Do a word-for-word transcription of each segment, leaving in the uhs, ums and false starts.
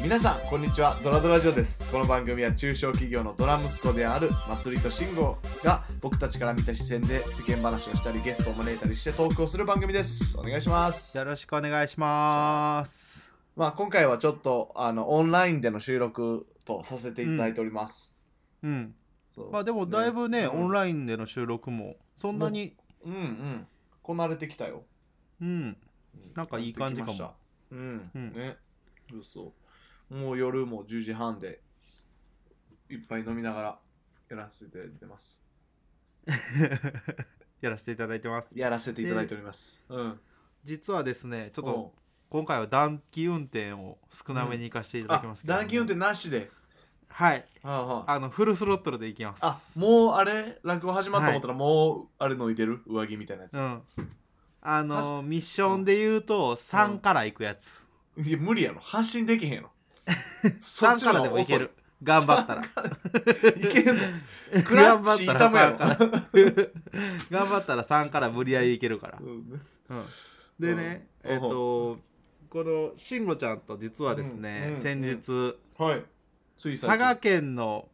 皆さんこんにちは。ドラドラジオです。この番組は中小企業のドラ息子であるまつりとしんごが僕たちから見た視線で世間話をしたりゲストを招いたりしてトークをする番組です。お願いします。 よろしくお願いします。 まあ今回はちょっとあのオンラインでの収録とさせていただいております。 うん、うん、 そうですね。 まあでもだいぶね、 うん、 オンラインでの収録もそんなにうんうんこなれてきたよ。 うんなんかいい感じかも。 うん、 うん、 ね。そうそう。もう夜もじゅうじはんでいっぱい飲みながらやらせていただいてます。 やらせていただいてます。 やらせていただいております。うん。 実はですね、ちょっと今回は暖気運転を少なめに行かせていただきますけど、 うん、暖気運転なしで。 はい。 はあはあ、 あのフルスロットルで行きます。 あ、もうあれ落語始まったと思ったら、はい、もうあれ脱いでる上着みたいなやつ。 うん。あのミッションで言うとさんから行くやつ。 うん、いや無理やろ。発信できへんやろ。 さんからでもいける。頑張ったら。 いけんの。クラッチ痛むやろ。 頑張ったらさんから無理やりいけるから。 うんうん、でね、うん、えっ、ー、とこのしんごちゃんと実はですね、うんうん、先日、うんはい、つい佐賀県の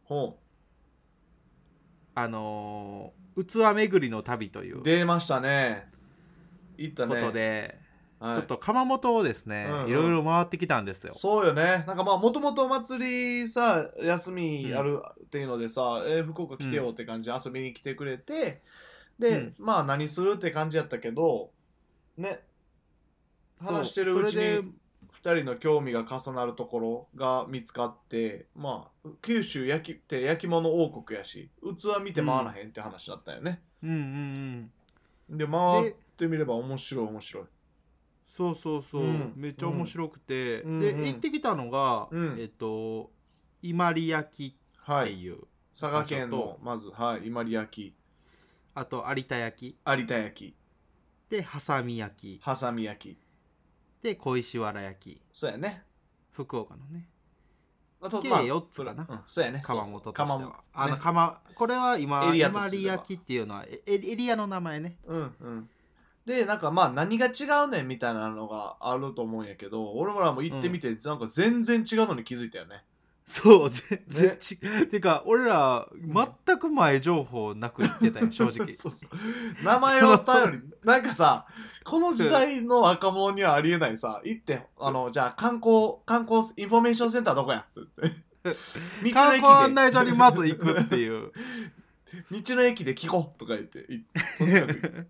あのー、器巡りの旅という出ましたね。行ったね。 ことで。はい、ちょっと窯元をですね、うんうん、いろいろ回ってきたんですよ。 そうよね。なんかまあもともとお祭りさ休みあるっていうのでさ、うん、えー、福岡来てよって感じで遊びに来てくれて、うん、で、うん、まあ何するって感じやったけどね、話してるうちにふたりの興味が重なるところが見つかって、まあ九州焼きって焼き物王国やし器見て回らへんって話だったよね。 うんうんうん。 で回ってみれば面白い面白い。 そうそうそう、うん、めっちゃ面白くて、うん、で、うん、行ってきたのが、うん、えっと伊万里焼っていう、はい、 佐賀県のまずはい伊万里焼、 あと有田焼、 有田焼で波佐見焼、 波佐見焼で小石原焼、 そうやね、 福岡のね、 あと計よっつかな、 うん、そうやね、 窯元としてはあの窯、これは今伊万里焼っていうのはエリアの名前ね。 うんうんでなんかまあ何が違うねんみたいなのがあると思うんやけど、俺らも行ってみて、うん、なんか全然違うのに気づいたよね。 そう全然ち、ね、てか俺ら全く前情報なく行ってたよ正直。 そうそう名前を頼りなんかさこの時代の若者にはありえないさ、行ってあのじゃあ観光観光インフォメーションセンターどこやって言って道の駅で観光案内所にまず行くっていう道の駅で聞こうとか言ってとにかく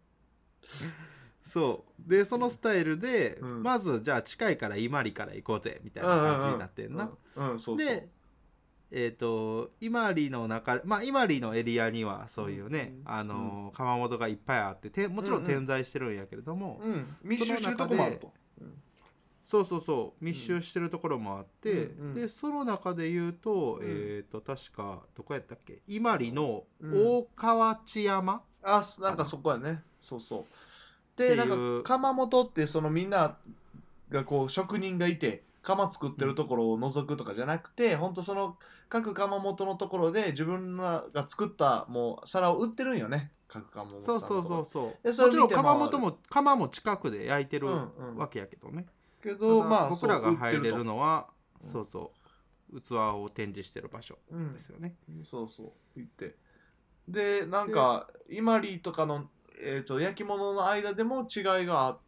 そうでそのスタイルで、うん、まずじゃあ近いから伊万里から行こうぜみたいな感じになってんな。でえっ、ー、と伊万里の中まあ伊万里のエリアにはそういうね、うん、あのー、窯元がいっぱいあっててもちろん点在してるんやけれども、 うんうん、密集してるとこもあると、 うん、そうそうそう密集してるところもあって、うん、でその中で言うと、うん、えっ、ー、と確かどこやったっけ伊万里の大河内山、うん、 あなんかそこやね。そうそうでなんか窯元ってそのみんながこう職人がいて窯作ってるところを覗くとかじゃなくて、うん、ほんとその各窯元のところで自分が作ったもう皿を売ってるんよね、各窯元さんのところ。 そうそうそうそう。そもちろん窯元も窯も近くで焼いてるわけやけどね、うんうん、けどまあ僕らが入れるのはそうそう器を展示してる場所ですよね、 うん、そうそう行ってでなんか伊万里とかのえー、と焼き物の間でも違いがあって、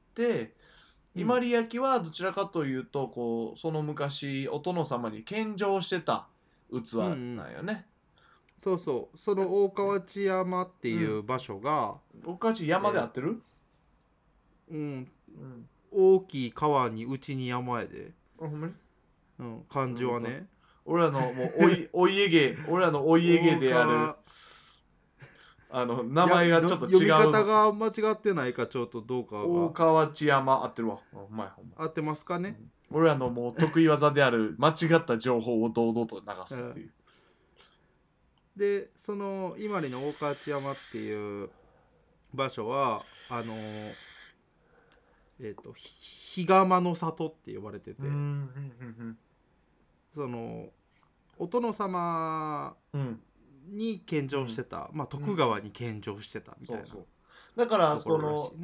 伊万里焼はどちらかというとこうその昔お殿様に献上してた器なんよね、うんうん、 そうそうその大河内山っていう場所が、 うん、大河内山で合ってる、 えー、うん、うん、大きい川にうちに山やで、 あほんまに、 うん、漢字はね、 俺らのもうおいお家芸俺らのお家芸であるあの名前がちょっと違う、 読み方が間違ってないかちょっとどうかが。 大河内山合ってるわ、うまいほんま合ってますかね、 うん、俺らのもう得意技である間違った情報を堂々と流すっていう、 うん、でその伊万里の大河内山っていう場所はあのえっ、ー、と日釜の里って呼ばれてて、うんうんうんうん、そのお殿様、うんに献上してた、うん、まあ徳川に献上してたみたいな、うん、そうそうだからその、ね、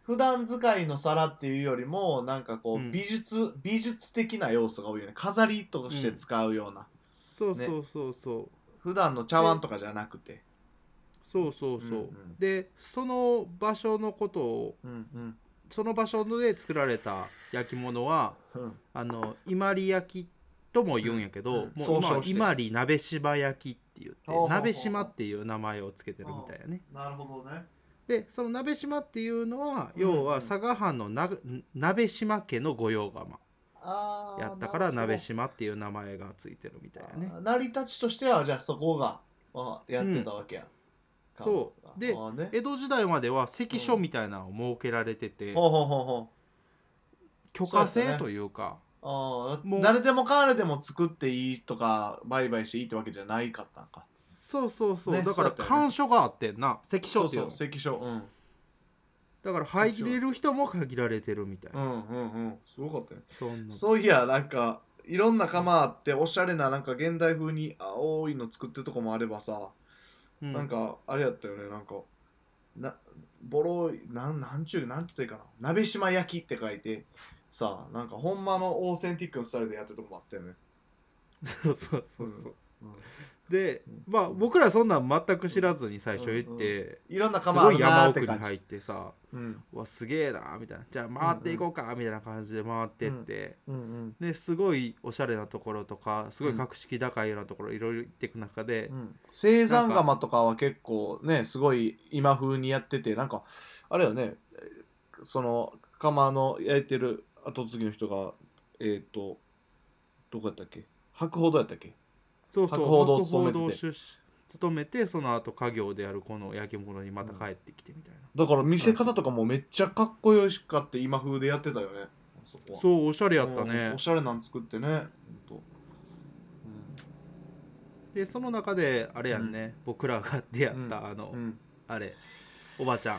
普段使いの皿っていうよりもなんかこう、 うん、 美術美術的な要素が多いよね。飾りとして使うような、うん、 そうそうそうそう、 普段の茶碗とかじゃなくて、 そうそうそう、うんうん、でその場所のことを、うんうん、その場所で作られた焼き物は、うん、あの伊万里焼きとも言うんやけど、うんうん、もう今は伊万里鍋島焼きって言って鍋島っていう名前をつけてるみたいやね。 なるほどね。 でその鍋島っていうのは、うんうん、要は佐賀藩のな鍋島家の御用窯やったから鍋島っていう名前がついてるみたいやね。 成り立ちとしてはじゃあそこがやってたわけや、うん、 そうで、ね、江戸時代までは関所みたいなのを設けられてて、うん、許可制というか、 あもう誰でも誰でも作っていいとか売買していいってわけじゃないかったんか。 そうそうそう、ね、だから関所があってんな、関所っていうの。 そうそう関所、うん、 だから入れる人も限られてるみたいな。 うんうんうん、すごかったね。 そんなそういやなんかいろんな窯あっておしゃれななんか現代風に青いの作ってるとこもあればさ、うん、なんかあれやったよね、なんかなボロいなんなんちゅうなんて言ったらいいかな、鍋島焼きって書いてさ、なんかほんまのオーセンティックなスタイルでやってるとこもあったよね。 そうそうそうそう、うんうん、で、まあ僕らそんなん全く知らずに最初行って、うんうん、 いろんな窯あるなーって感じ、 すごい山奥に入ってさ、うん、うわすげえなみたいな、じゃあ回っていこうかみたいな感じで回ってって、うんうん、ですごいおしゃれなところとかすごい格式高いようなところいろいろ行っていく中で、うん、 青山窯とかは結構ねすごい今風にやってて、なんかあれよね、その窯の焼いてる後継ぎの人がえっ、ー、とどこやったっけ、博報堂やったっけ。 そうそう、博報堂を務めてて勤めてその後家業であるこの焼き物にまた帰ってきてみたいな、 うん、だから見せ方とかもめっちゃかっこよしかって今風でやってたよね。 そこはそうおしゃれやったね、 おしゃれなん作ってね、うん、 でその中であれやんね、うん、僕らが出会った、うん、あの、うん、あれおばちゃん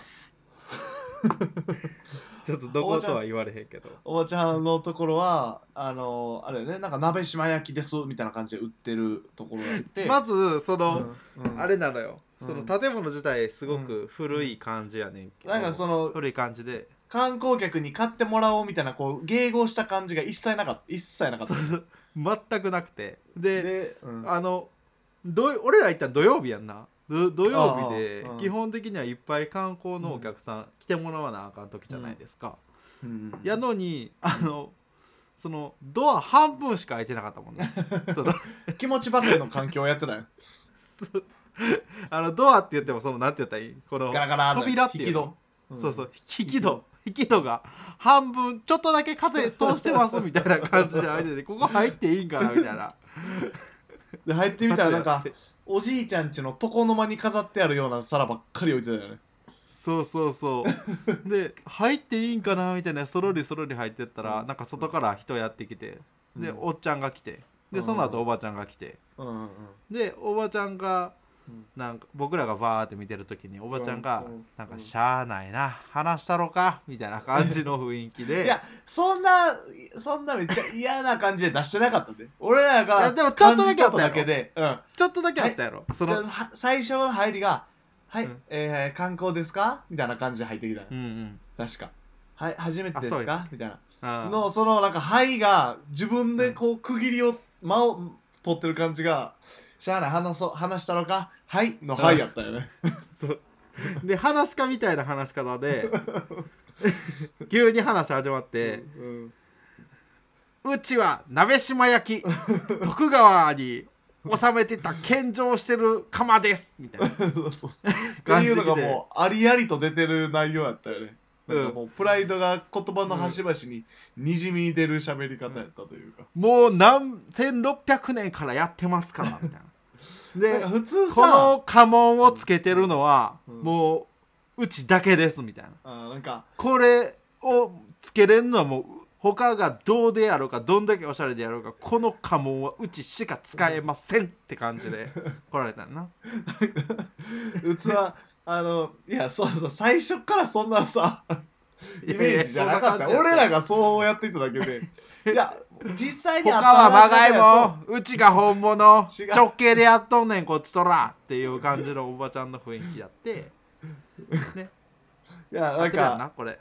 ちょっとどことは言われへんけど、 おばちゃんのところはあのあれね、なんか鍋島焼きですみたいな感じで売ってるところがあってまずその、うんうん、あれなのよ、その建物自体すごく古い感じやねんけど、 なんかその古い感じで観光客に買ってもらおうみたいなこう迎合した感じが一切なかった一切なかった全くなくて、で、でうん、あのど俺ら行ったの土曜日やんな、土曜日で基本的にはいっぱい観光のお客さん来てもらわなあかん時じゃないですか、うんうん、やのにあのそのドア半分しか開いてなかったもんねその気持ちばかりの環境をやってたよあのドアって言ってもそのなんて言ったらいい、このガラガラ扉っていうの、うん、そうそう引き戸引き戸が半分ちょっとだけ風通してますみたいな感じで開いててここ入っていいんかなみたいなで入ってみたらなんかおじいちゃんちの床の間に飾ってあるような皿ばっかり置いてたよね。 そうそうそうで入っていいんかなみたいな、そろりそろり入ってったら、うん、なんか外から人やってきて、で、うん、おっちゃんが来て、でその後おばちゃんが来て、うんうんうん、でおばちゃんがなんか僕らがバーって見てる時におばちゃんがなんかしゃあないな話したろかみたいな感じの雰囲気でいやそんなそんなめっちゃ嫌な感じで出してなかったで俺らがでもちょっとだけあったやろだけで、うん、 ちょっとだけあったやろ、はい、その最初の入りがはい、うん、えー、観光ですかみたいな感じで入ってきた、うんうん、確かはい初めてですかみたいなのそのなんかはいが自分でこう区切りを間を取ってる感じがしゃあない話そう話したのかはいのはいやったよねそうで話し家みたいな話し方で急に話始まって、うんうん、うちは鍋島焼き徳川に収めてた献上してる釜ですみたいなそうそうっていうのがもうありありと出てる内容やったよね。なんかもうプライドが言葉の端々ににじみ出る喋り方やったというか、 うん、もう何せんろっぴゃくねんからやってますからみたいなでなんか普通さこの家紋をつけてるのは、うん、もううちだけですみたいな、 あなんかこれをつけれるのはもう他がどうであろうかどんだけおしゃれでやろうかこの家紋はうちしか使えませんって感じで来られたんなうちはあのいやそうそう最初からそんなさイメージじゃなかった。俺らがそうやっていただけでいや実際に他はまがいもうちが本物直径でやっとんねんこっちとらっていう感じのおばちゃんの雰囲気やってね。 いやなんかなこれ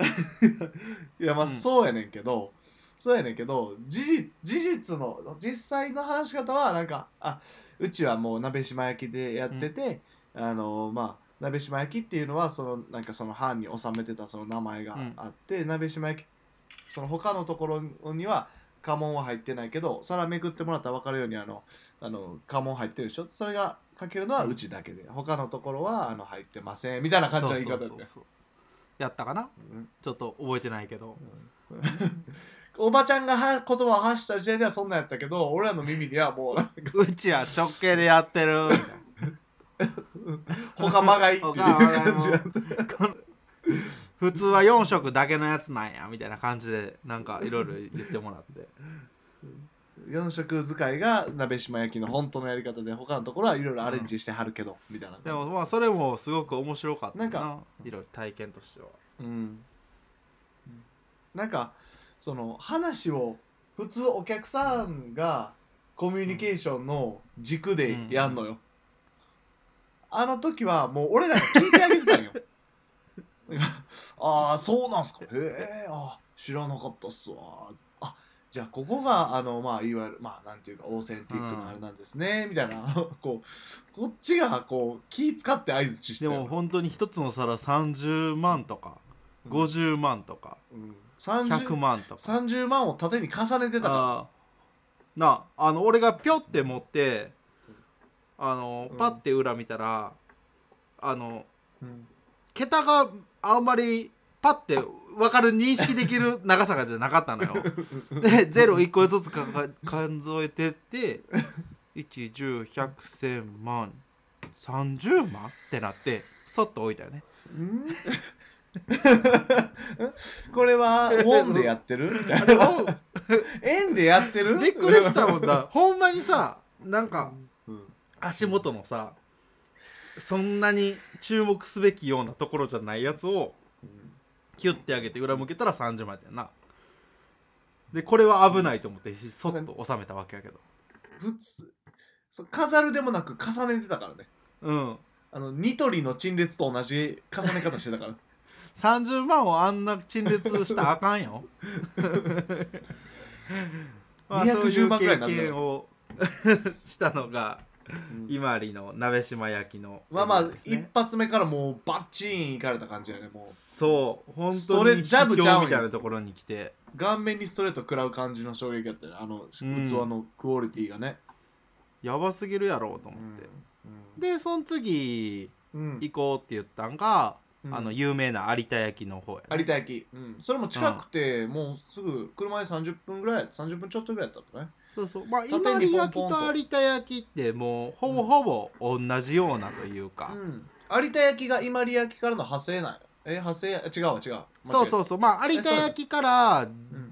いやまあうんそうやねんけど、そうやねんけど事実事実の実際の話し方はなんか、あうちはもう鍋島焼きでやってて、あのまあ鍋島焼きっていうのはそのなんかその藩に納めてたその名前があって、鍋島焼きその他のところには家紋は入ってないけど、皿めくってもらったら分かるようにあのあの家紋入ってるでしょ、それが書けるのはうちだけで、他のところはあの入ってませんみたいな感じの言い方だったよ。 そうそうそうそうやったかな、 うんちょっと覚えてないけど、 おばちゃんがは言葉を発した時点ではそんなんやったけど、俺らの耳にはもうなんかうちは直系でやってるみたいな他まがいっていう感じだった普通はよん食だけのやつなんやみたいな感じでなんかいろいろ言ってもらってよん食使いが鍋島焼きの本当のやり方で、他のところはいろいろアレンジしてはるけど、みたいな。 でもまあそれもすごく面白かったな、 なんかいろいろ体験としては。 うんなんかその話を普通お客さんがコミュニケーションの軸でやんのよ、あの時はもう俺らが聞いてあげてたんよああそうなんすか、へえ、あ知らなかったっすわ、あじゃあここがあのまあいわゆるまあなんていうかオーセンティックなあれなんですね、うん、みたいなこうこっちがこう気使って相づちしてでも本当に一つの皿さんじゅうまんとかごじゅうまんとか、うん、ひゃくまんとかさんじゅうまんを縦に重ねてたからなあ、あの俺がピョって持ってあの、うん、パッて裏見たらあの、うん、桁があんまりパッて分かる認識できる長さがじゃなかったのよでゼロいっこずつかか数えてっていち、じゅう、ひゃく、せんまんさんじゅうまんってなってそっと置いたよねんこれはウォンでやってる円でやってるびっくりしたもんだほんまにさなんか、うん、足元のさそんなに注目すべきようなところじゃないやつをキュッて上げて裏向けたらさんじゅうまんやったよな。でこれは危ないと思ってそっと収めたわけやけど、 普通そう飾るでもなく重ねてたからね。 うんあのニトリの陳列と同じ重ね方してたからさんじゅうまんをあんな陳列したらあかんよまあそういう経験をしたのが伊万里の鍋島焼きの、 まあまあ一発目からもうバッチーンいかれた感じやね。もうそう本当にジャブちゃうみたいなところに来て顔面にストレート食らう感じの衝撃やったよね、あの器のクオリティがね、 うん、やばすぎるやろうと思って、うんうん、でその次、うん、行こうって言ったんが、うん、あの有名な有田焼の方や、ね、 有田焼、うん、それも近くて、うん、もうすぐ車でさんじゅっぷんぐらいさんじゅっぷんちょっとぐらいだったね。 そうそう、まあ伊万里焼きと有田焼ってもうほぼほぼ同じようなというか、 うん、有田焼が伊万里焼からの派生なんよ。え派生違うわ違うそうそうそう、まあ有田焼から、うん、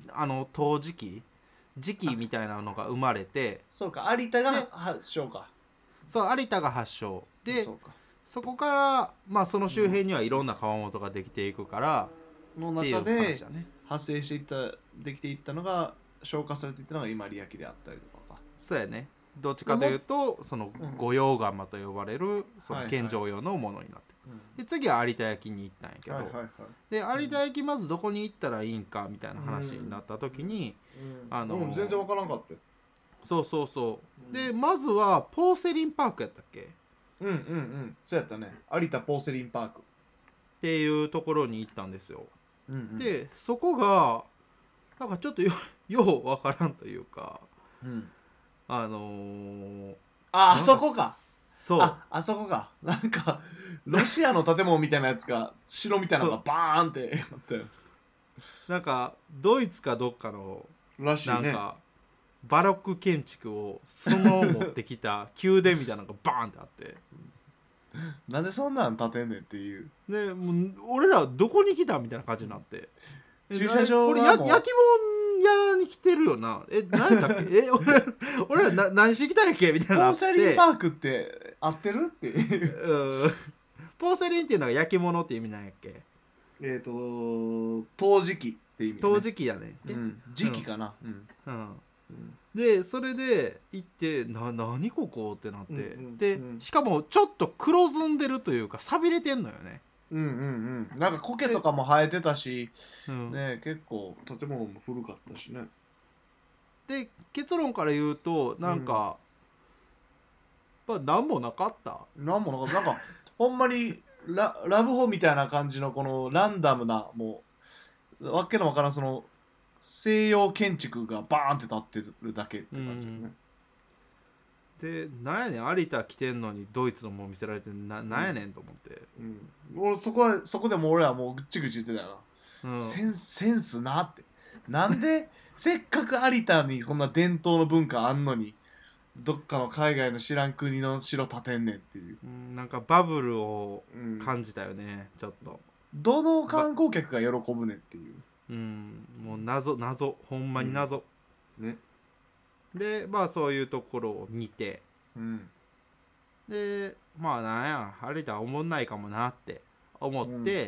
あの陶磁器磁器みたいなのが生まれて、 そうか有田が発祥か、 そう有田が発祥で、そうかそこからまあその周辺にはいろんな窯元ができていくから、 うん、の中で派生していったできていったのが消化されていったのが伊万里焼であったりとか。 そうやね、どっちかというとその御用窯と呼ばれるその献上用のものになって、はいはい、で次は有田焼に行ったんやけど、はいはいはい、で有田焼まずどこに行ったらいいんかみたいな話になった時に、 うん、あのー、全然わからんかったよ。 そうそうそう、うん、でまずはポーセリンパークやったっけ。 うんうんうんそうやったね、有田ポーセリンパークっていうところに行ったんですよ、 うんうん、 でそこがなんかちょっと よ, ようわからんというか、うん、あのー、 ああそこか、 そうああそこか、なんかロシアの建物みたいなやつが城みたいなのがバーンってあったよ。 なんかドイツかどっかのらしいね、 なんかバロック建築をそのまま持ってきた宮殿みたいなのがバーンってあってなんでそんなん建てんねんっていう。 でもう俺らどこに来たみたいな感じになって、 駐車場これや焼き物屋に来てるよな、え何だっけえ俺俺らな何してきたんやっけみたいな。 ポーセリンパークって合ってるっていううんポーセリンっていうのが焼き物って意味なんやっけ。 えっ、ー、と陶磁器って意味、ね、 陶磁器やね、 うん、磁器かな、うんうんうん、でそれで行ってな何ここってなって、うんうん、で、うん、しかもちょっと黒ずんでるというか錆びれてんのよね。 うんうんうん。なんか苔とかも生えてたし、 うんね、結構建物も古かったしね。 で結論から言うとなんか、まあ何もなかった。 なんもなんか、なんかほんまにララブホみたいな感じのこのランダムな、もう、わけのわからんその西洋建築がバーンって立ってるだけって感じよね。 でなんやねん有田来てんのにドイツのもん見せられてな、なんやねんと思って、 うん。俺そこは、そこでもう俺はもうぐっちぐち言ってたよな。 うん、 センス、センスなって。なんで、せっかく有田にそんな伝統の文化あんのに、どっかの海外の知らん国の城建てんねんっていう。 うん、なんかバブルをうん。 感じたよねちょっと。 どの観光客が喜ぶねんっていう。 うん、もう謎謎ほんまに謎、 ね。 でまあそういうところを見て、 うん。 でまあなんや有田おもんないかもなって思って、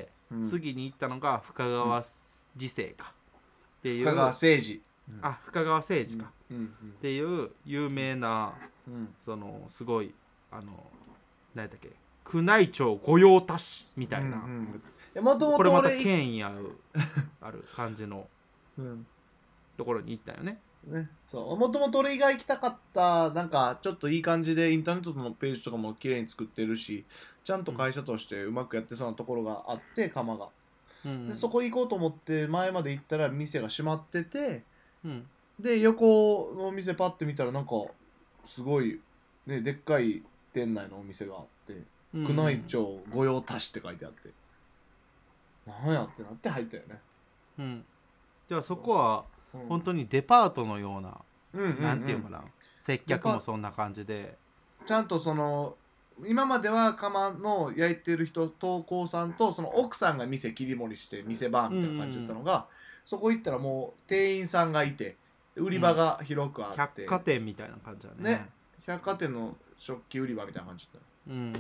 うんうん次に行ったのが深川時世かっていう、 深川誠二。 あ深川誠治かうんうんっていう有名なうんそのすごいあの何やったっけ宮内庁御用達みたいな、 もともこれまたと俺、 権威あるある感じのうんところに行ったよね。 ね、そうもともと俺が行きたかったなんかちょっといい感じでインターネットのページとかも綺麗に作ってるし、ちゃんと会社としてうまくやってそうなところがあって、窯が、 うんでそこ行こうと思って前まで行ったら店が閉まってて、 うんで横の店パッて見たらなんかすごい、ね、でっかい店内のお店があって、 うん宮内庁御用達って書いてあって、なんやってなって入ったよね。 うん、じゃあそこはうん本当にデパートのような、 うんうんうん、 なんていうのかな、接客もそんな感じで、 ちゃんとその今までは窯の焼いてる人陶工さんとその奥さんが店切り盛りして店番みたいな感じだったのが、そこ行ったらもう店員さんがいて売り場が広くあって、 百貨店みたいな感じだね。 ね、百貨店の食器売り場みたいな感じだった。 うんうんうん、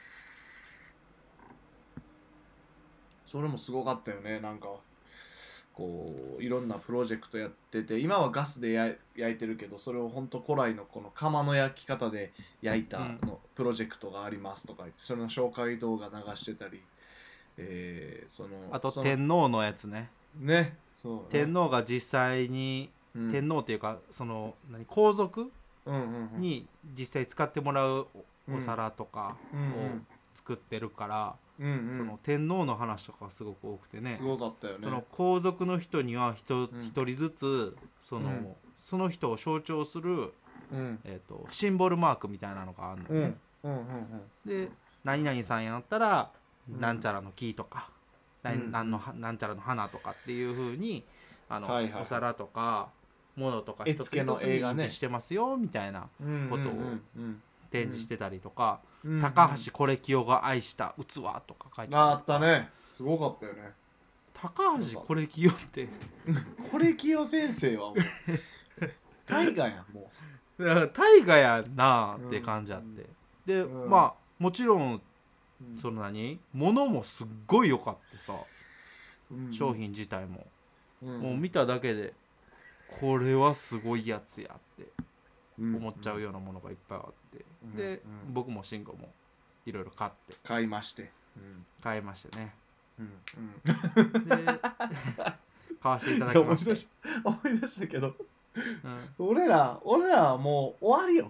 それもすごかったよね。なんかこういろんなプロジェクトやってて、今はガスで焼いてるけど、それを本当古来のこの窯の焼き方で焼いたのプロジェクトがありますとか言って、それの紹介動画流してたり、えー、そのあとその天皇のやつね。 ね、そうね、 天皇が実際に、うん、天皇っていうかその何皇族に実際使ってもらうお皿とかを作ってるから、うんうん、その天皇の話とかすごく多くてね。 すごかったよね。 その皇族の人には一人ずつその、うん、その人を象徴する、うんえー、とシンボルマークみたいなのがあるのね。うんうんうんうん、で何々さんやったら、うん、なんちゃらの木とか、うん、なんのなんちゃらの花とかっていう風にあの、はいはいはい、お皿とか物とか一つ一つに印字してますよみたいなことを展示してたりとか、うんうんうん、高橋是清が愛した器とか書いてあったね。すごかったよね。 高橋是清って是清先生はもう大河やん。もう大河やんなって感じあって、うん、で、うん、まあもちろんその何物もすっごい良かってさ、うん、商品自体も、うん、もう見ただけでこれはすごいやつやって思っちゃうようなものがいっぱいあって、うん、で、うん、僕も慎吾もいろいろ買って買いまして、 うん、買いましてね、 うんうん、で買わせていただきました。 思い出したけど、うん、俺ら俺らはもう終わりよ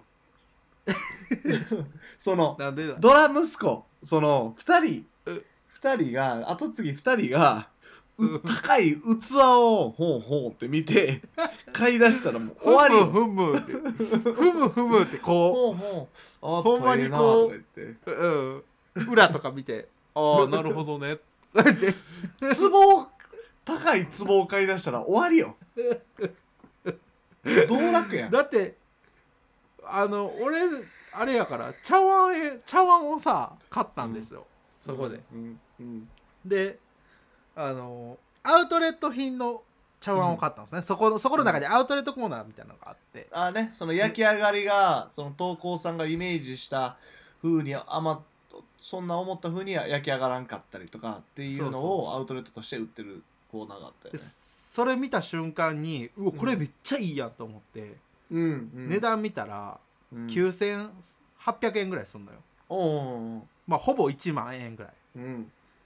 そのなんでだドラ息子そのふたりふたりが後継ぎふたりが高い器をほうほうって見て買い出したらもう終わりよ。 ふむふむってふむふむってこうほうほうほんまにこう、 うん、裏とか見てああなるほどね壺高い壺を買い出したら終わりよ道楽やん。 だってあの俺あれやから茶碗へ茶碗をさ買ったんですよ、うん、そこで、うんうん、であのアウトレット品の茶碗を買ったんですね、うん、そこのそこの中にアウトレットコーナーみたいなのがあって、 うん、あねその焼き上がりが、うん、その陶工さんがイメージした風にあまそんな思った風に焼き上がらんかったりとかっていうのをアウトレットとして売ってるコーナーがあったよね。 それ見た瞬間にうわこれめっちゃいいやんと思って、うんうん、値段見たらきゅうせんはっぴゃくえんぐらいすんのよ、うん、まあほぼいちまんえんぐらい、うん、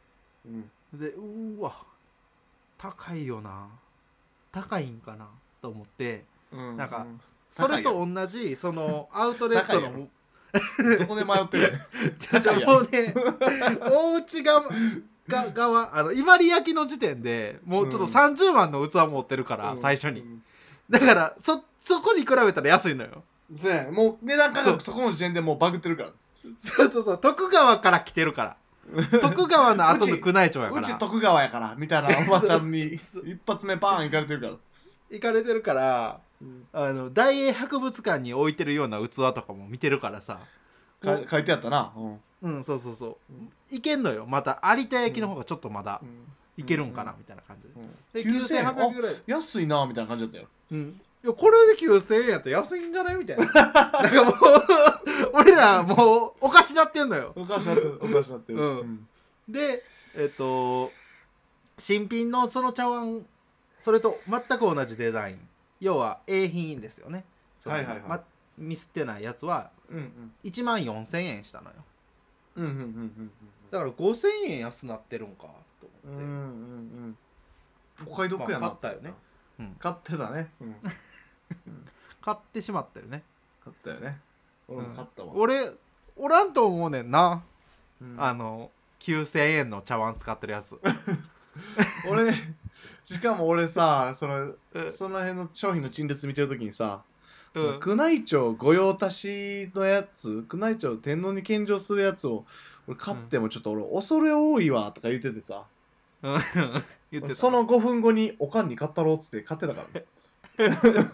うんでうーわ高いよな高いんかなと思って、 うん、 なんかうんそれと同じそのアウトレットのどこで迷ってるじゃじゃもうね大内側が側あの伊万里焼の時点でもうちょっとさんじゅうまんの器持ってるから、 うん最初に、 うん、 だからそそこに比べたら安いのよ。 そうやもう値段価格そこの時点でもうバグってるから。 そうそうそう徳川から来てるから徳川の後の宮内庁やからうち徳川やからみたいなおばちゃんに一発目パーン行かれてるから行かれてるから、うん、あの大英博物館に置いてるような器とかも見てるからさか書いてあったな。 うん、うん、そうそうそう、うん、いけんのよ。また有田焼の方がちょっとまだいけるんかな、うん、みたいな感じで、うん、できゅうせんえんきゅうせんはっぴゃくえんぐらい安いなみたいな感じだったよ。 うん、いやこれできゅうせんえんやったら安いんじゃないみたいななんかもう俺らもうおかしなってんのよ。 おかしなってるおかしなってる、 うんうん、でえっと新品のその茶碗それと全く同じデザイン要は A 品ですよね。 はいはいはい、 ま、ミスってないやつは、うんうん、いちまんよんせんえんしたのよ。 うんうんうんうん、 だからごせんえん安なってるんかと思って、うんうんうんお買い得やな、 まあ、買ったよね、 うん、買ってたね、うん、 買ってしまったよね。 買ったよね。俺も買ったわ、 うん、俺おらんと思うねんな、うん、あのきゅうせんえんの茶碗使ってるやつ俺しかも俺さその、その辺の商品の陳列見てるときにさ、うん、宮内庁御用達のやつ宮内庁天皇に献上するやつを俺買ってもちょっと俺、うん、恐れ多いわとか言っててさ言ってたそのごふんごにおかんに買ったろっつって買ってたからね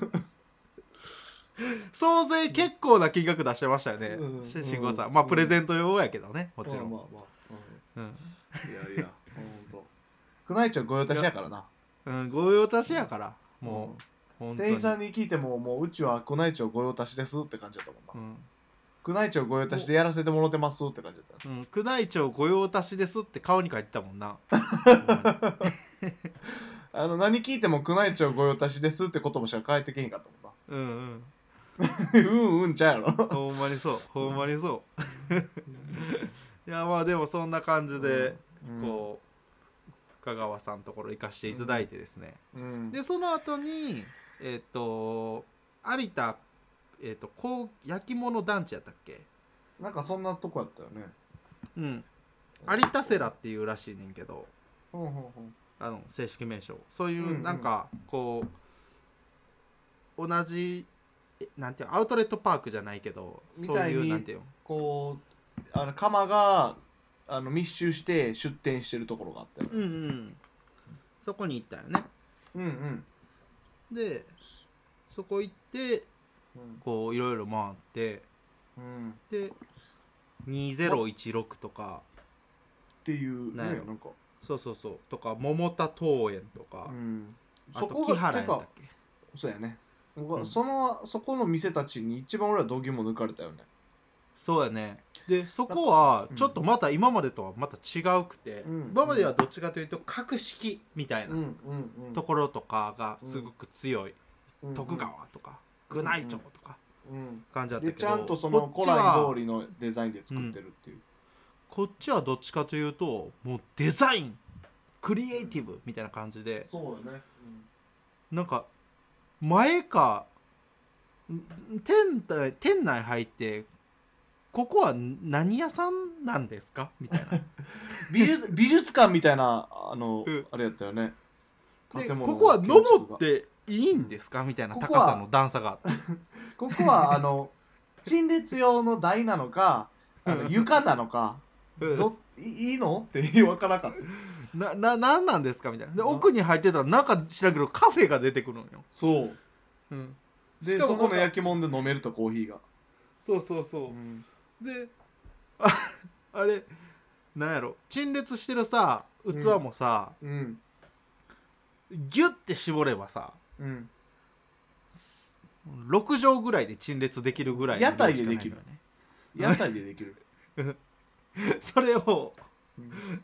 総勢結構な金額出してましたよね、うん、慎吾さんまあプレゼント用やけどねもちろん、まあまあまあ、うん、いやいやほんと宮内庁御用達やからな、 うん、御用達やから、うん、もう、うん、 店員さんに聞いてももううちは宮内庁御用達ですって感じだったもんな、うん、宮内庁御用達でやらせてもらってますって感じだった、 うん、宮内庁御用達ですって顔に書いてたもんなあの何聞いても宮内庁御用達ですって言葉しか返ってけへんかったもんなうんうんうんうんちゃうやろほんまにそうほんまにそういやまあでもそんな感じで、うん、こう深川さんのところ行かせていただいてですね、うん、でその後にえっ、ー、と有田えっ、ー、とこう焼き物団地やったっけなんかそんなとこやったよね。 うん有田セラっていうらしいねんけど、うんうんうん、あの正式名称そういうなんかこう、うんうん、同じなんていうアウトレットパークじゃないけどみたいにそういうなんていうこうあの窯があの密集して出店してるところがあったよ、 うんうん、そこに行ったよね。 うんうんでそこ行って、うん、こういろいろ回って、うん、でにせんじゅうろくとかっていうねなんかそうそうそうとか桃田桃園とか、うん、あとそこが木原やったっけそうやね、うん、そのそこの店たちに一番俺は度肝抜かれたよね。 そうやね。でそこはちょっとまた今までとはまた違うくて、うん、今まではどっちかというと格式みたいなところとかがすごく強い、うん、徳川とか宮内庁とか感じだったけど、 でちゃんとその古来通りのデザインで作ってるっていう、うん、 こっちはどっちかというともうデザインクリエイティブみたいな感じで、 そうだね、 うん、なんか前か店内、店内入ってここは何屋さんなんですかみたいな美術美術館みたいなあの、うん、あれやったよね。 でここは登っていいんですかみたいな高さの段差があってここはあの陳列用の台なのかあの床なのか、うん、どいいのって分からなかった。 なな何なんですかみたいな。で奥に入ってたらなんか知らんけどカフェが出てくるのよ。 そう、うん、でそこの焼き物で飲めるとコーヒーがそうそうそう、うん、で あ, あれなんやろ陳列してるさ器もさ、うん、ギュッて絞ればさ、うん、ろく畳ぐらいで陳列できるぐらいの屋台でできるよね。屋台でできるそれを、うん、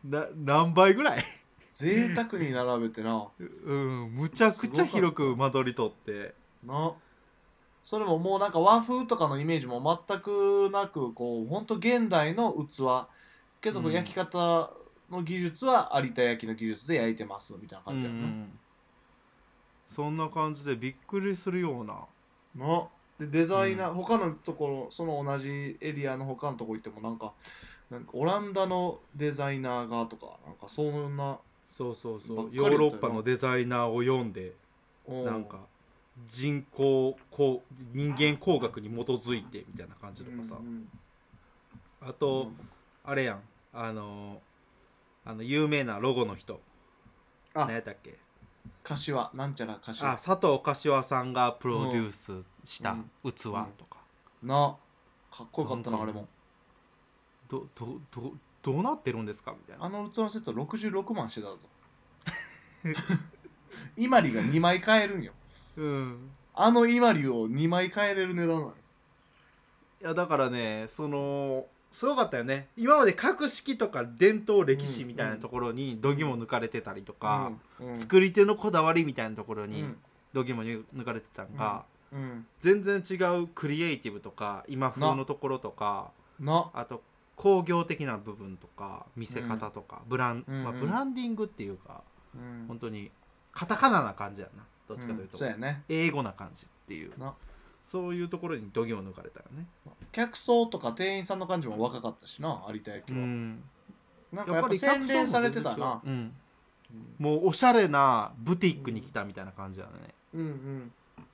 な何倍ぐらい贅沢に並べてな、 うん、むちゃくちゃ広く間取り取ってな。それももうなんか和風とかのイメージも全くなくこうほんと現代の器けど焼き方の技術は有田焼の技術で焼いてますみたいな感じやな、うんうん、 そんな感じでびっくりするようななでデザイナー、うん、他のところその同じエリアの他のところ行ってもなんか、なんかオランダのデザイナーがとかなんかそんなそうそうそうヨーロッパのデザイナーを読んでなんか人工こう人間工学に基づいてみたいな感じとかさ、うんうん、あと、うん、あれやんあのあの有名なロゴの人何やったっけ柏なんちゃら柏あ佐藤柏さんがプロデュースした器とか、 うん、なかっこよかったなあれもどどどどうなってるんですかみたいなあの器のセットろくじゅうろくまんしてたぞ伊万里がにまい買えるんよ、うん、あの伊万里をにまい買えれる値段なの。 いやだからねそのすごかったよね今まで格式とか伝統歴史みたいなところに度肝抜かれてたりとか、うんうん、作り手のこだわりみたいなところに度肝抜かれてたんが、うんうん、全然違うクリエイティブとか今風のところとかあと工業的な部分とか見せ方とか、うん、ブラン、まあ、ブランディングっていうか、うん、本当にカタカナな感じやなどっちかというと、 うん、そうやね、 英語な感じっていうそういうところに度肝抜かれたよね。 客層とか店員さんの感じも若かったしな有田焼は、うん、なんかやっぱ洗練されてたな、うん、 もうおしゃれなブティックに来たみたいな感じだね、うんうん、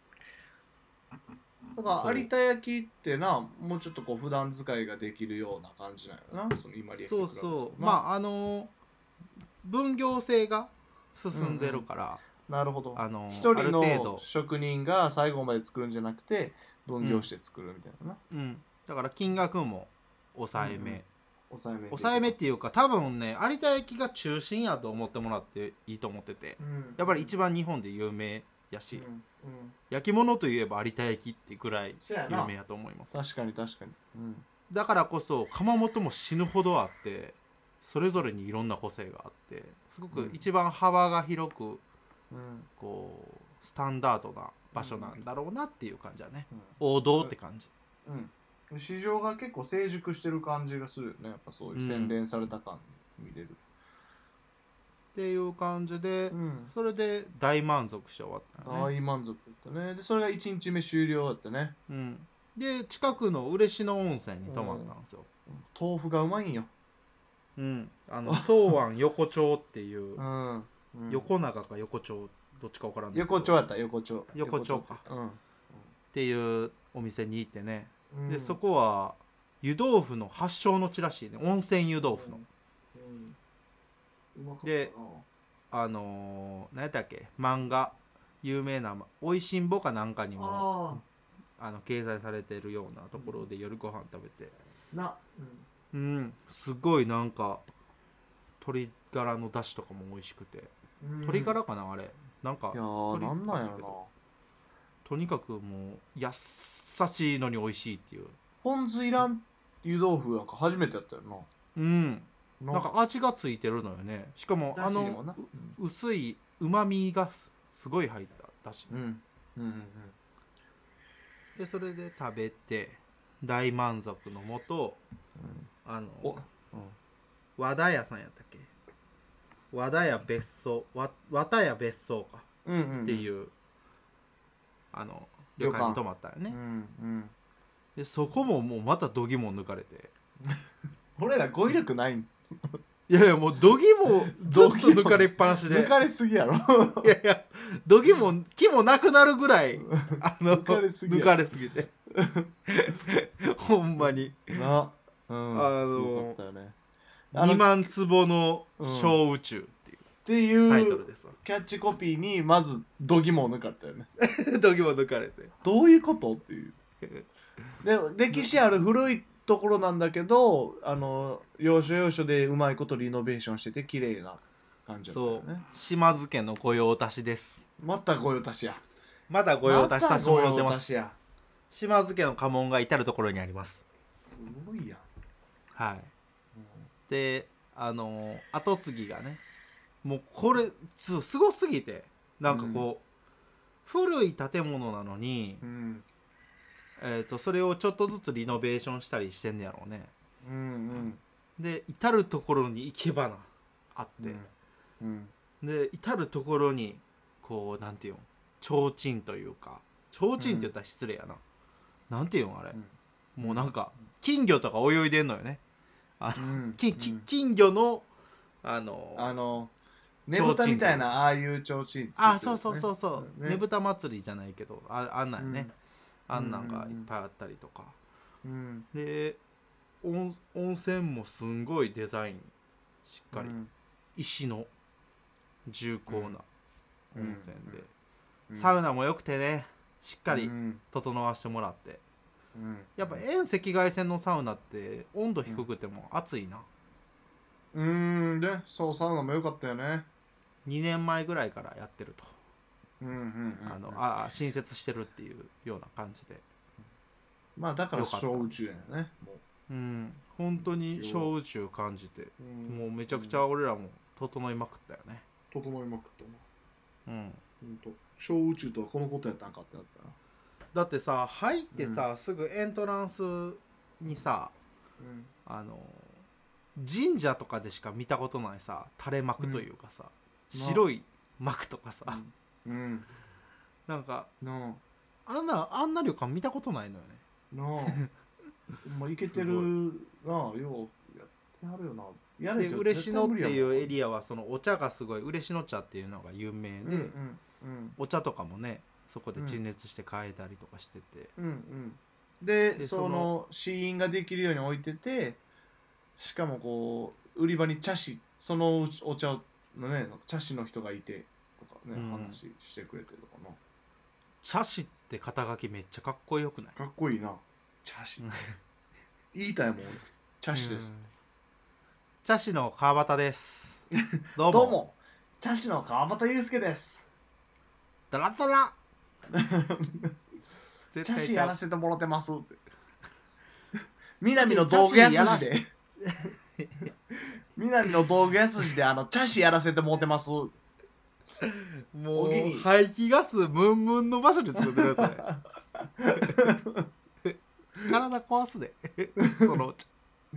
だから有田焼ってなもうちょっとこう普段使いができるような感じなんよなその今そうそうまああの分業制が進んでるから、うんうんなるほど。あの一人の職人が最後まで作るんじゃなくて分業して作るみたいなな、 うんうん、だから金額も抑えめ、うんうん、 抑えめ抑えめっていうか多分ね有田焼が中心やと思ってもらっていいと思ってて、うん、やっぱり一番日本で有名やし、うんうん、焼き物といえば有田焼ってくらい有名やと思います。 確かに確かに、うん、 だからこそ窯元も死ぬほどあってそれぞれにいろんな個性があってすごく一番幅が広くうん、こうスタンダードな場所なんだろうなっていう感じだね、うん、王道って感じ、 うん、市場が結構成熟してる感じがするよねやっぱそういう洗練された感見れる、うん、 っていう感じで、うん、それで大満足して終わったね大満足だったねでそれがいちにちめ終了だったね、 うん、で近くの嬉野温泉に泊まったんですよ、 うん、豆腐がうまいんようんあの宗安横丁っていう、うんうん、横長か横丁どっちか分からんないけど横丁やった横丁横丁か、うん、っていうお店に行ってね、うん、でそこは湯豆腐の発祥の地らしいね温泉湯豆腐の、うんうん、であのー、何やったっけ漫画有名な「おいしんぼ」かなんかにもあの掲載されてるようなところで夜ご飯食べて、うん、な、うん、うん、すごいなんか鶏ガラの出汁とかも美味しくて鶏ガラかなあれなんかいやーなんなんやろなとにかくもう優しいのに美味しいっていうポン酢いらん湯豆腐なんか初めてやったよなうんなんか味がついてるのよねしかもあの薄いうまみがすごい入っただし、うんうんうんうん、でそれで食べて大満足のもと、うん、あの、うん、和田屋さんやったっけ和田屋別荘和田屋別荘か、うんうんうん、っていうあの旅館に泊まったよね、うんうん、でそこももうまた度肝抜かれて俺ら語彙力ないんいやいやもう度肝ずっと抜かれっぱなしで抜かれすぎやろいやいや度肝気もなくなるぐらいあの抜かれすぎ抜かれすぎてほんまにな、うん、あのすごかったよねにまん坪の小宇宙っていう、 うん、っていうタイトルですわキャッチコピーにまず度肝を抜かれたよね度肝抜かれてどういうことっていうで歴史ある古いところなんだけどあの要所要所でうまいことリノベーションしてて綺麗な感じだったよねそう島津家の御用達ですまた御用達やまた御用達させてもらってます、ま、島津家の家紋が至る所にありますすごいやんはい、うん、であの後継ぎがねもうこれすごすぎてなんかこう、うん、古い建物なのに、うんえー、とそれをちょっとずつリノベーションしたりしてんねやろうね、うんうん、で至る所に行けばなあって、 うんで至る所にこうなんていうの提灯というか提灯って言ったら失礼やな、うん、なんていうのあれ、うん、もうなんか金魚とか泳いでんのよね。あの、うん、きき金魚のあのあのねぶたみたいなああいう提灯作ってる、ね、 あそうそうそうそう、ね、ねぶた祭りじゃないけど あ, あんなんね、うん、あんなんがいっぱいあったりとか、うん、で温泉もすんごいデザインしっかり、うん、石の重厚な温泉で、うん、サウナも良くてねしっかり整わせてもらって、うん、やっぱ遠赤外線のサウナって温度低くても暑いな。 うーんでそうサウナも良かったよね。 にねんまえぐらいからやってると、 うんうんうんうん、 あのあ新設してるっていうような感じで、 まあだから小宇宙やねもう、うん、本当に小宇宙感じて、うん、もうめちゃくちゃ俺らも整いまくったよね。 整いまくったな。うん。 本当小宇宙とはこのことやったんかってなったな。 だってさ入ってさ、うん、すぐエントランスにさ、うん、あの神社とかでしか見たことないさ垂れ幕というかさ、うん、白い幕とかさ、うんうん、なんかあんなあんな旅館見たことないのよね。 なあまあいけてるなあようやってはるよな。やで嬉野っていうエリアはそのお茶がすごい嬉野茶っていうのが有名で、うんうんうん、お茶とかもねそこで陳列して買えたりとかしてて、 うんうん、で, でその試飲ができるように置いててしかもこう売り場に茶師そのお茶のね茶師の人がいてとかね、うん、話してくれてるのかな。 茶師って肩書きめっちゃかっこよくない？ かっこいいな茶師言いたいもん茶師ですって、うん茶師の川端です。どうも。 どうも。茶師の川端祐介です。 ダラダラ。 茶師やらせてもらってますって。南の道具屋筋で。南の道具屋筋であの茶師やらせてもらってます。もう排気ガスムンムンの場所で作ってください。体壊すで。そのお茶。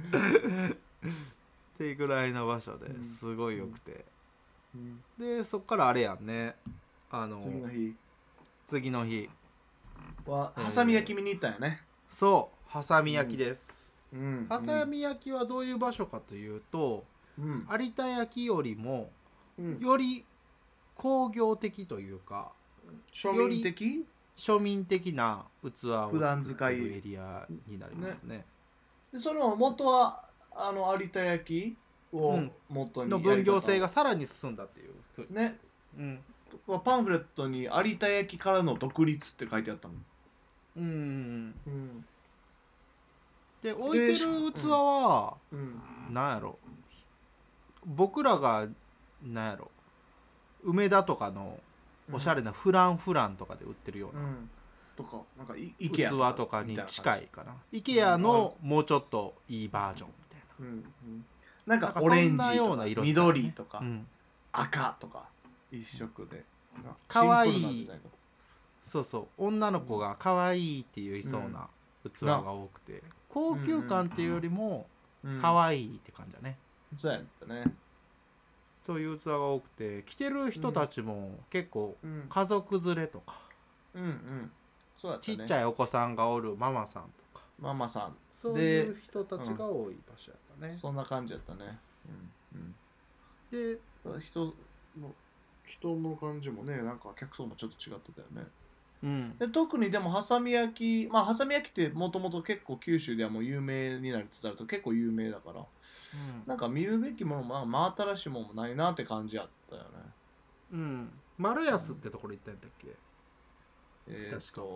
っていうぐらいの場所ですごいよくて、うんうん、でそっからあれやんねあの次の日次の日ははさみ焼き見に行ったんやね。 そうはさみ焼きです、うん、はさみ焼きはどういう場所かというと、うん、有田焼よりも、うん、より工業的というか庶民的庶民的な器を作るエリアになりますね。ねでその元はあの有田焼を元に、 うん、の分業制がさらに進んだっていうね、うん、パンフレットに有田焼からの独立って書いてあったもん。うん、 うん、で置いてる器は、うん、なんやろ僕らがなんやろ梅田とかのおしゃれなフランフランとかで売ってるような、うん、 とかなんかイケア器とかに近いかな。イケアのもうちょっといいバージョンみたいな。うんうん、 なんかオレンジとか緑とか、うん、赤とか一色でかわいいそうそう女の子がかわいいって言いそうな器が多くて、うん、高級感っていうよりもかわいいって感じだね、 うん、そうやったね。 そういう器が多くて来てる人たちも結構家族連れとか、うんうん、そうやったね、ちっちゃいお子さんがおるママさんとかママさんそういう人たちが多い場所やったね、 うん、そんな感じやったね、うんうん、で人の人の感じもねなんか客層もちょっと違ってたよね、うん、で特にでもはさみ焼きまあはさみ焼きってもともと結構九州ではもう有名になりつつあると結構有名だから、うん、なんか見るべきものもまあ真新しいものもないなって感じやったよね。 うん丸安ってところ行ったんだっけ、 うん、えー、確か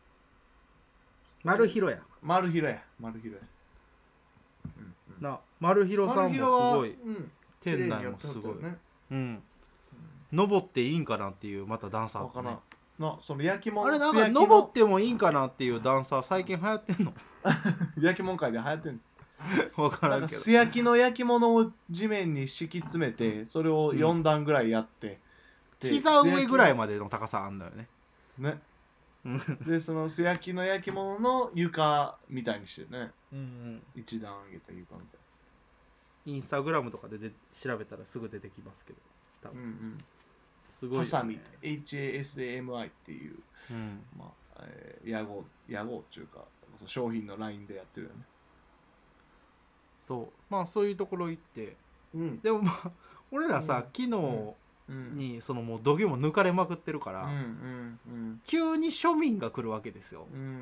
丸広や丸広や丸広や、 うんうん、な丸広さんもすごい、うん、店内もすごい、ね、うん、登っていいんかなっていうまたダンサーとかねなその焼き物あれなんか登ってもいいんかなっていうダンサー最近流行ってんの焼き物界で流行ってんの分からんけど素焼きの焼き物を地面に敷き詰めてそれをよん段ぐらいやって、 うん、膝上ぐらいまでの高さあんのよねねでその素焼きの焼き物の床みたいにしてね、うんうん、一段上げた床みたいインスタグラムとかでで調べたらすぐ出てきますけど多分、 うんうん、 すごいよね、 ハサミ エイチエーエスエーエムアイ っていう、 うんまあえー、屋号屋号っていうか商品のラインでやってるよね。 そうまあそういうところ行って、 うん、 でもまあ俺らさ、 うん、 昨日にそのもう度肝抜かれまくってるから、 うんうんうん、 急に庶民が来るわけですよ、 うんうん、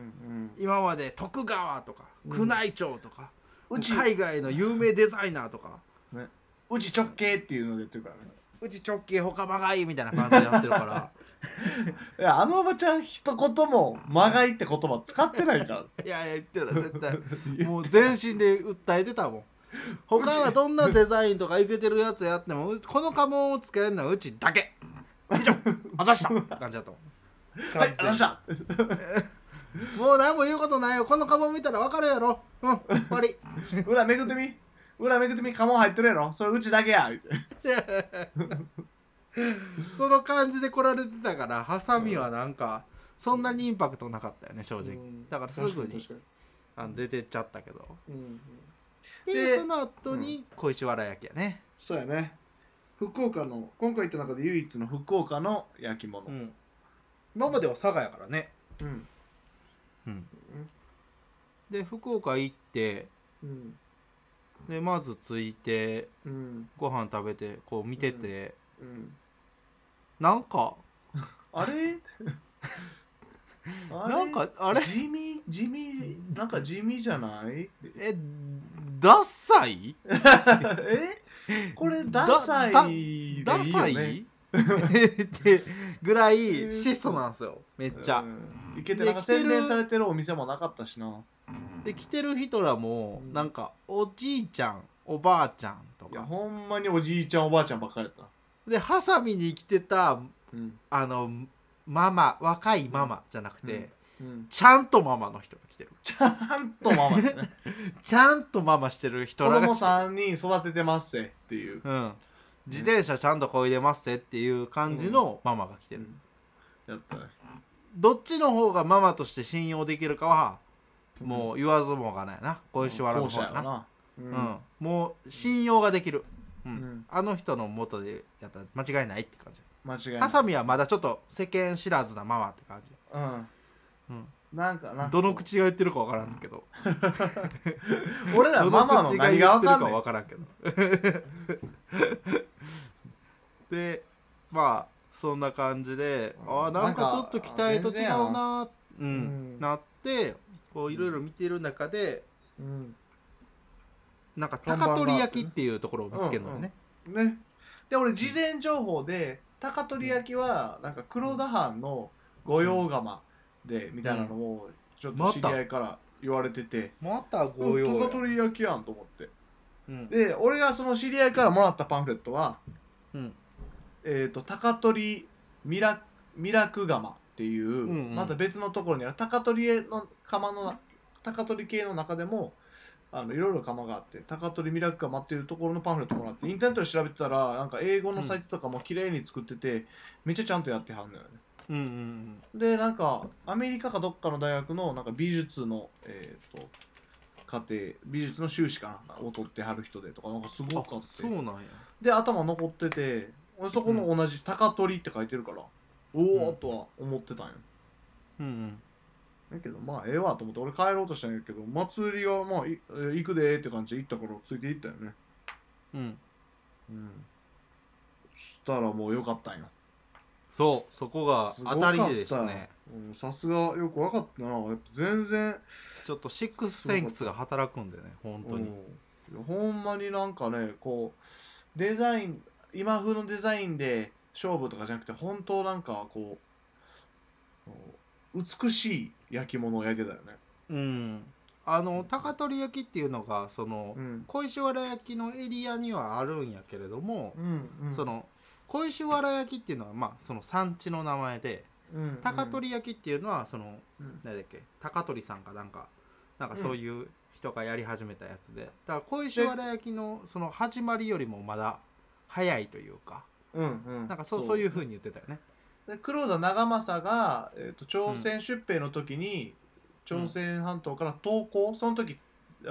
今まで徳川とか宮内庁とか、 うち海外の有名デザイナーとか、 ね、うち直径っていうのでやってるからね。 うち直径ほかまがいみたいな感じでやってるからいやあのおばちゃん一言もまがいって言葉使ってないからいやいや言ってた絶対もう全身で訴えてたもん。他はどんなデザインとかいけてるやつやってもこの家紋をつけるのはうちだけ以上あざしたって感じだったもん。 はいあざしたもう何も言うことないよ、この家紋見たら分かるやろ、うん終わり裏めくってみ裏めくってみ家紋入ってるやろそれうちだけやその感じで来られてたからハサミはなんかそんなにインパクトなかったよね正直、うん、だからすぐにあの出てっちゃったけど、うん、で, でその後に小石原焼きやね、 うん、そうやね福岡の今回行った中で唯一の福岡の焼き物、うん、 今までは佐賀やからね、 うんうん、で福岡行って、うん、でまず着いて、うん、ご飯食べてこう見てて、うんうん、なんかあれなんかあれ地味地味なんか地味じゃないえダッサいえこれダサいでいいよ、ね、 ダサいってぐらい質素なんですよめっちゃ、 いけてなんか洗練されてるお店もなかったしな。 で来てる人らもなんかおじいちゃんおばあちゃんとか、 いやほんまにおじいちゃんおばあちゃんばっかりだった。 でハサミに来てた、うん、あのママ若いママじゃなくて、うんうん、ちゃんとママの人が来てる。 ちゃんとママねちゃんとママしてる人らが子供さんにん育ててますせっていう、 うん、自転車ちゃんとこいでますせっていう感じのママが来てる、 うん、やったね。 どっちの方がママとして信用できるかはもう言わずもがないな、小石原の方やな、うんうん、もう信用ができる、うんうん、あの人の元でやったら間違いないって感じ。 間違いない。 ハサミはまだちょっと世間知らずなママって感じ、うんうん、なんかなどの口が言ってるか分からんけど俺らママの何が分かんない分からんけどでまあそんな感じで、うん、あなんかちょっと期待と違うな、うんうん、なってこういろいろ見てる中で、うん、なんか高取焼きっていうところを見つけるのよね、 うんうん、ねで俺事前情報で高取焼きはなんか黒田藩の御用窯でみたいなのをちょっと知り合いから言われてて、 また御用高取焼きやんと思って、うん、で俺がその知り合いからもらったパンフレットは、うん、えっと高取ミラミラク窯っていう、うんうん、また別のところにある高取の窯の高取系の中でもあのいろいろ窯があって高取ミラク窯っていうところのパンフレットもらってインターネットで調べてたらなんか英語のサイトとかも綺麗に作ってて、うん、めっちゃちゃんとやってはんのよね、うんうんうん、でなんかアメリカかどっかの大学のなんか美術のえっ、ー、と家庭美術の修士かなを取ってはる人でとかなんかすごくあってそうなんやで頭残っててそこの同じ高取って書いてるから、うん、おおとは思ってたんよ、うんうんだけどまあええわと思って俺帰ろうとしたんやけど祭りはまあい行くでーって感じで行ったからついて行ったよねうんうんそしたらもうよかったんよそうそこが当たりでしたねさすがよく分かったなやっぱ全然ちょっとシックスセンスが働くんでね本当にほんまになんかねこうデザイン今風のデザインで勝負とかじゃなくて本当なんかこう美しい焼き物を焼いてたよね。 うん。あの高取焼きっていうのがその、うん、小石原焼きのエリアにはあるんやけれども、うんうん、その小石原焼きっていうのはまあその産地の名前で、うんうん、高取焼きっていうのはその、うん、何だっけ高取さんかなんかなんかそういう人がやり始めたやつで、だから小石原焼きのその始まりよりもまだ早いというか、うんうん、なんか そ, うそういう風に言ってたよね。 で黒田長政が、えー、と朝鮮出兵の時に、うん、朝鮮半島から投降その時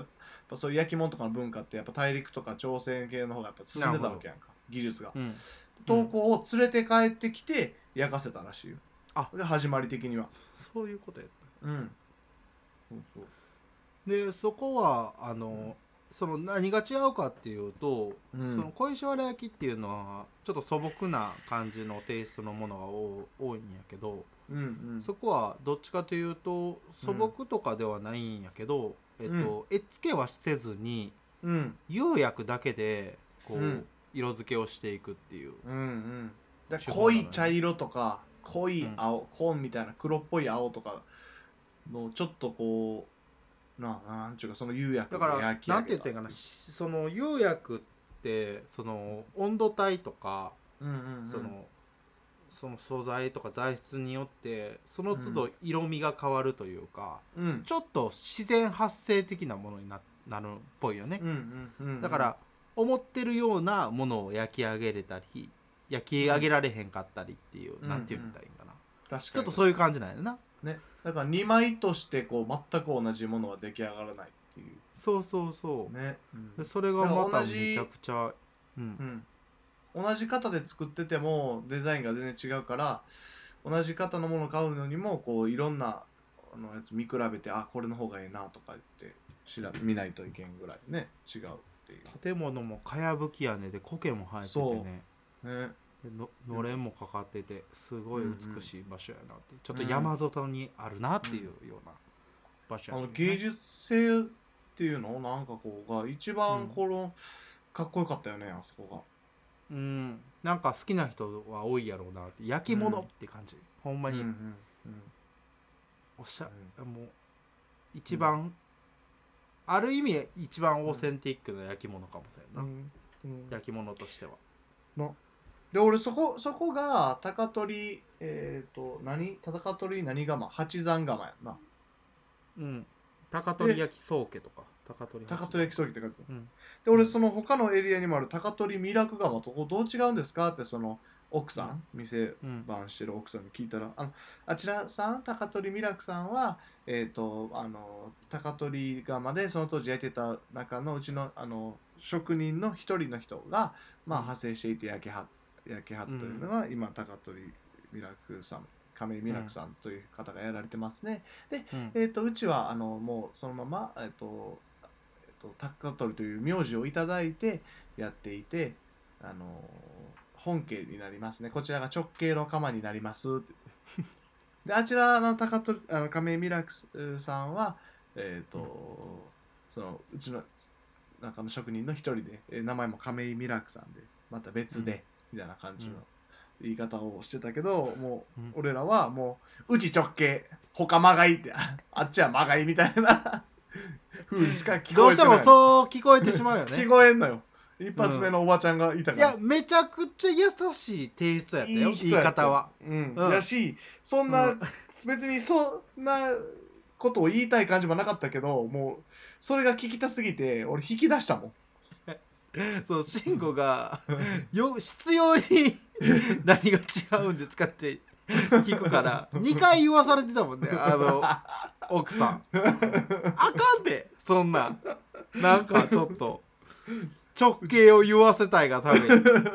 ぱそういう焼き物とかの文化ってやっぱ大陸とか朝鮮系の方がやっぱ進んでたわけやんか、技術が。 うん刀工を連れて帰ってきて焼かせたらしいよ。 あで始まり的には。 そういうことやったうんそうそうでそこはあのその何が違うかっていうと、 うんその小石原焼きっていうのはちょっと素朴な感じのテイストのものが多多いんやけど、 うんうんそこはどっちかというと素朴とかではないんやけど、えっと、絵付けはせずにうん釉薬だけでこう、 うん色付けをしていくっていう。 うんうんだ手法なのね濃い茶色とか濃い青、紺みたいな黒っぽい青とかのちょっとこうななんちゅうかその釉薬だから焼き上げたなんて言ったらいいかな、しその釉薬ってその温度帯とか、 うんうんうんそのその素材とか材質によってその都度色味が変わるというか、 うんちょっと自然発生的なものにななるっぽいよね、 うんうんうんうんだから思ってるようなものを焼き上げれたり焼き上げられへんかったりっていう、 うんなんて言ったらいいんかな、 確かにちょっとそういう感じなんやな。 ねだからにまいとしてこう全く同じものは出来上がらないっていうそうそうそう、 ね、 でそれがまただから同じめちゃくちゃ、うんうん、同じ型で作っててもデザインが全然違うから同じ型のものを買うのにもこういろんなあのやつ見比べてあこれの方がいいなとか言って調べ見ないといけんぐらいね違うっていう建物もかやぶき屋根で苔も生えててねねでののれんもかかっててすごい美しい場所やなって、ちょっと山里にあるなっていうような場所あやね、 の芸術性っていうのなんかこうが一番この、かっこよかったよねあそこうんなんか好きな人は多いやろうなって焼き物って感じ、ほんまが。 に、 うんうんおしゃもう一番、ある意味一番オーセンティックな焼き物かもしれんな、 うんうん焼き物としては。 ので俺そこそこが高取えっ、ー、と何高取何窯八山窯やんなうん高取焼き宗家とか高取高取焼きそぎって書いてある、 うんで俺その他のエリアにもある高取ミラク窯とこどう違うんですかってその奥さん、店うん番してる奥さんに聞いたらあのあちらさん高取ミラクさんはえっ、ー、とあの高取窯でその当時焼いてた中のうちのあの職人の一人の人が、まあ、派生していて焼きは焼きはというのが、うん、今高取ミラクさん亀井ミラクさんという方がやられてますね、で、うん、えー、とうちはあのもうそのまま、えーとえー、と高取という名字をいただいてやっていてあの本家になりますねこちらが直系の窯になりますってであちらの高取あの亀井ミラクさんはえっ、ー、と、うん、そのうちの中の職人の一人で、えー、名前も亀井ミラクさんでまた別で、うん、みたいな感じの言い方をしてたけど、うん、もう、うん、俺らはもううち直系他まがいってあっちはまがいみたいな風にしか聞こえてないどうしてもそう聞こえてしまうよね聞こえんのよ一発目のおばちゃんがいたから、 うん、いやめちゃくちゃ優しいテイストやったよ、いい言い方は、 うんうん、やしそんな、うん、別にそんなことを言いたい感じもなかったけどもうそれが聞きたすぎて俺引き出したもんそう慎吾がよ必要に何が違うんですかって聞くからにかい言わされてたもんねあの奥さんあかんでそんななんかちょっと直径を言わせたいがためにい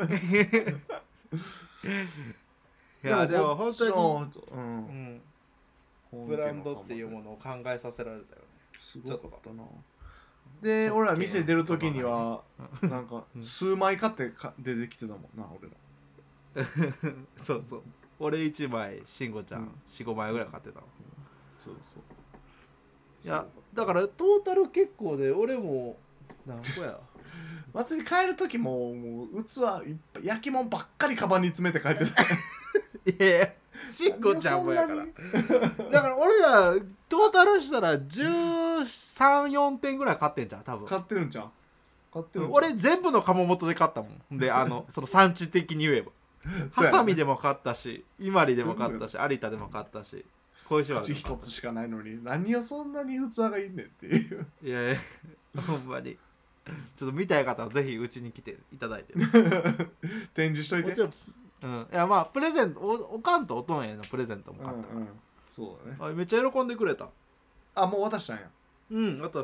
やでも本当に、うんうん、ブランドっていうものを考えさせられたよねすごかったなで俺ら店出る時にはなんか数枚買ってか出てきてたもんな俺らそうそう俺いちまい慎吾ちゃん、うん、よんごまいぐらい買ってたの、うん、 そうそういやだからトータル結構で俺も何個や祭り帰る時ももう器いっぱい焼き物ばっかりカバンに詰めて帰ってたいやいや慎吾ちゃんもやからだから俺らトータルしたらじゅうさん、よんてんぐらい買ってんじゃん多分買ってるんじゃん買ってるんじゃん俺全部の窯元で買ったもんであのその産地的に言えばハサミでも買ったし伊万里でも買ったし有田でも買ったし小石原でも買ったし口一つしかないのに何をそんなに器がいいねんっていういやいやほんまにちょっと見たい方はぜひうちに来ていただいて展示しといてもちろん、うん、いやまあプレゼント お, おかんとおとんへのプレゼントも買ったから、うんうん、 そうだねあめっちゃ喜んでくれたあもう渡したんやうん渡した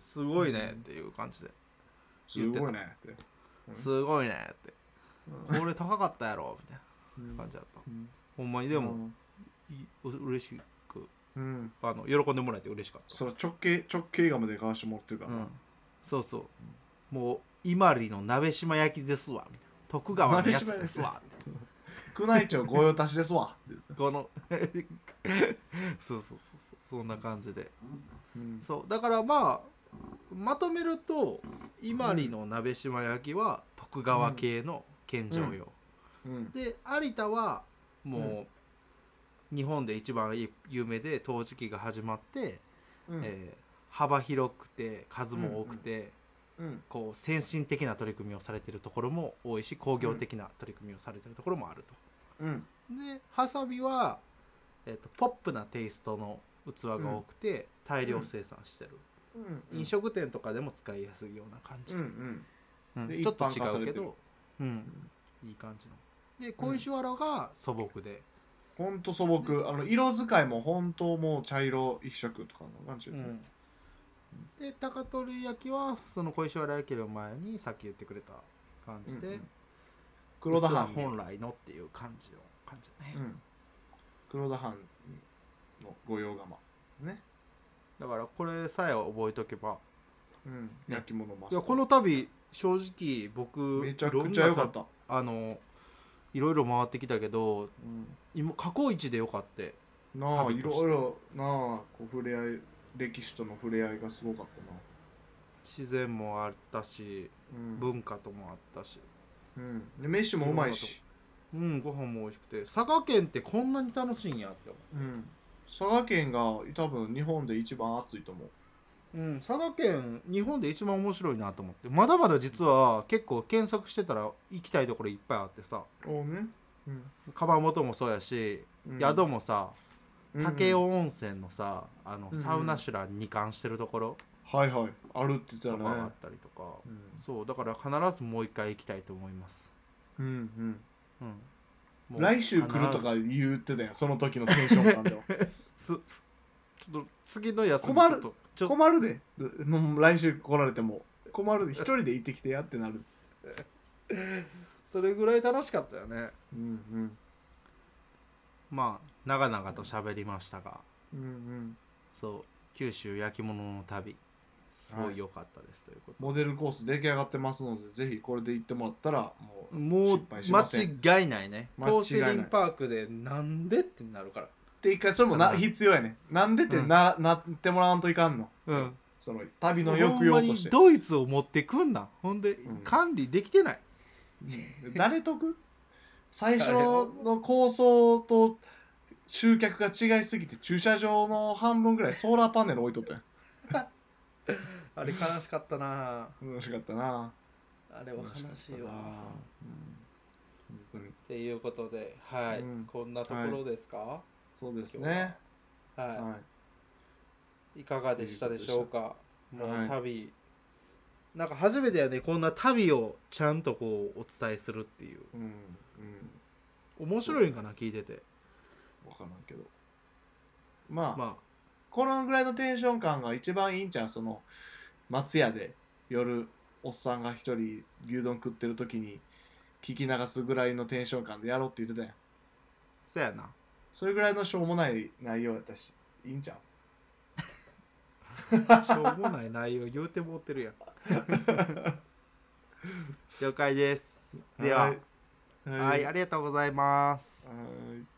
すごいねっていう感じで言ってた。 すごいねって、うん、 すごいねって、うん、これ高かったやろみたいな感じだった、うん、ほんまにでも、うん、嬉しく、うん、あの喜んでもらえて嬉しかった。 それ直径直径ガムで買わしてもらってるからな、うん、 そうそう、うん、もう伊万里の鍋島焼きですわみたいな、徳川のやつですわって宮内庁御用達ですわこのそうそうそうそうそんな感じで、うん、そうだからまあまとめると伊万里の鍋島焼きは徳川系の献上用、うんうん、で有田はもう日本で一番有名で陶磁器が始まって、うん、えー、幅広くて数も多くて、うんうん、こう先進的な取り組みをされているところも多いし工業的な取り組みをされているところもあると、うん、でハサミは、えーと、ポップなテイストの器が多くて大量生産してる、うん、飲食店とかでも使いやすいような感じ、うんうんうん、ちょっと違うけど、うん、いい感じので小石原が素朴で、 ほんと素朴、あの色使いも本当もう茶色一色とかの感じ、うん、 で高取焼きはその小石原焼きの前にさっき言ってくれた感じで、うんうん、黒田藩本来のっていう感じの感じだね、うん、 黒田藩の御用窯ね、 だからこれさえ覚えとけば、 うん、焼き物マスター。 いやこの旅正直僕めちゃくちゃ良かった。 あのいろいろ回ってきたけど、うん、今過去一でよかってなあ、いろいろなあ、こう触れ合い、歴史との触れ合いがすごかったな。 自然もあったし、うん、文化ともあったし、 うん、で飯もうまいし、 うん、ご飯も美味しくて、佐賀県ってこんなに楽しいんやって思う、うん、 佐賀県が多分日本で一番暑いと思う。 うん、佐賀県日本で一番面白いなと思って、まだまだ実は結構検索してたら行きたいところいっぱいあってさ、 おね、 うん、窯元もそうやし、うん、宿もさ、武雄温泉のさ、あのサウナシュラに冠してるところ、 うん、はいはいあるって言ってたね、 とかがあったりとか、うん、そうだから必ずもう一回行きたいと思います。 うんうんうん、来週来るとか言ってたよ、その時のテンション感ではそちょっと次の休み困るちょっとちょ困るで、もう来週来られても困るで、一人で行ってきてやってなるそれぐらい楽しかったよね。 うんうん、 まあ長々と喋りましたが、 うんうん、 そう九州焼き物の旅すごい良かったです、はい、ということモデルコース出来上がってますので、ぜひこれで行ってもらったらもうもう間違いないね。コーセリンパークでなんでってなるからで、一回それもな必要やね。なんでって な,、うん、なってもらわんといかんの。 うん。 その旅の抑揚として。 ドイツを持ってくんな。ほんで、うん、管理できてない。 うん、誰得最初の構想と集客が違いすぎて、駐車場の半分ぐらいソーラーパネル置いとったやんあれ悲しかったな。 悲しかったな。 あれは悲しいわ。うん、っていうことで、はい、うん、こんなところですか。はい、 そうですね。 はい、はい。いかがでしたでしょうか。もう旅、はい、なんか初めてやね、こんな旅をちゃんとこうお伝えするっていう。うんうん、面白いんかな、聞いてて。 わからんけど。まあ、まあ、このぐらいのテンション感が一番いいんちゃう。その松屋で夜おっさんが一人牛丼食ってる時に聞き流すぐらいのテンション感でやろうって言ってたやん。 そやな。 それぐらいのしょうもない内容やったし、いいんちゃうしょうもない内容言うてもってるやん了解です。では、はい、はい、ありがとうございます。 はい。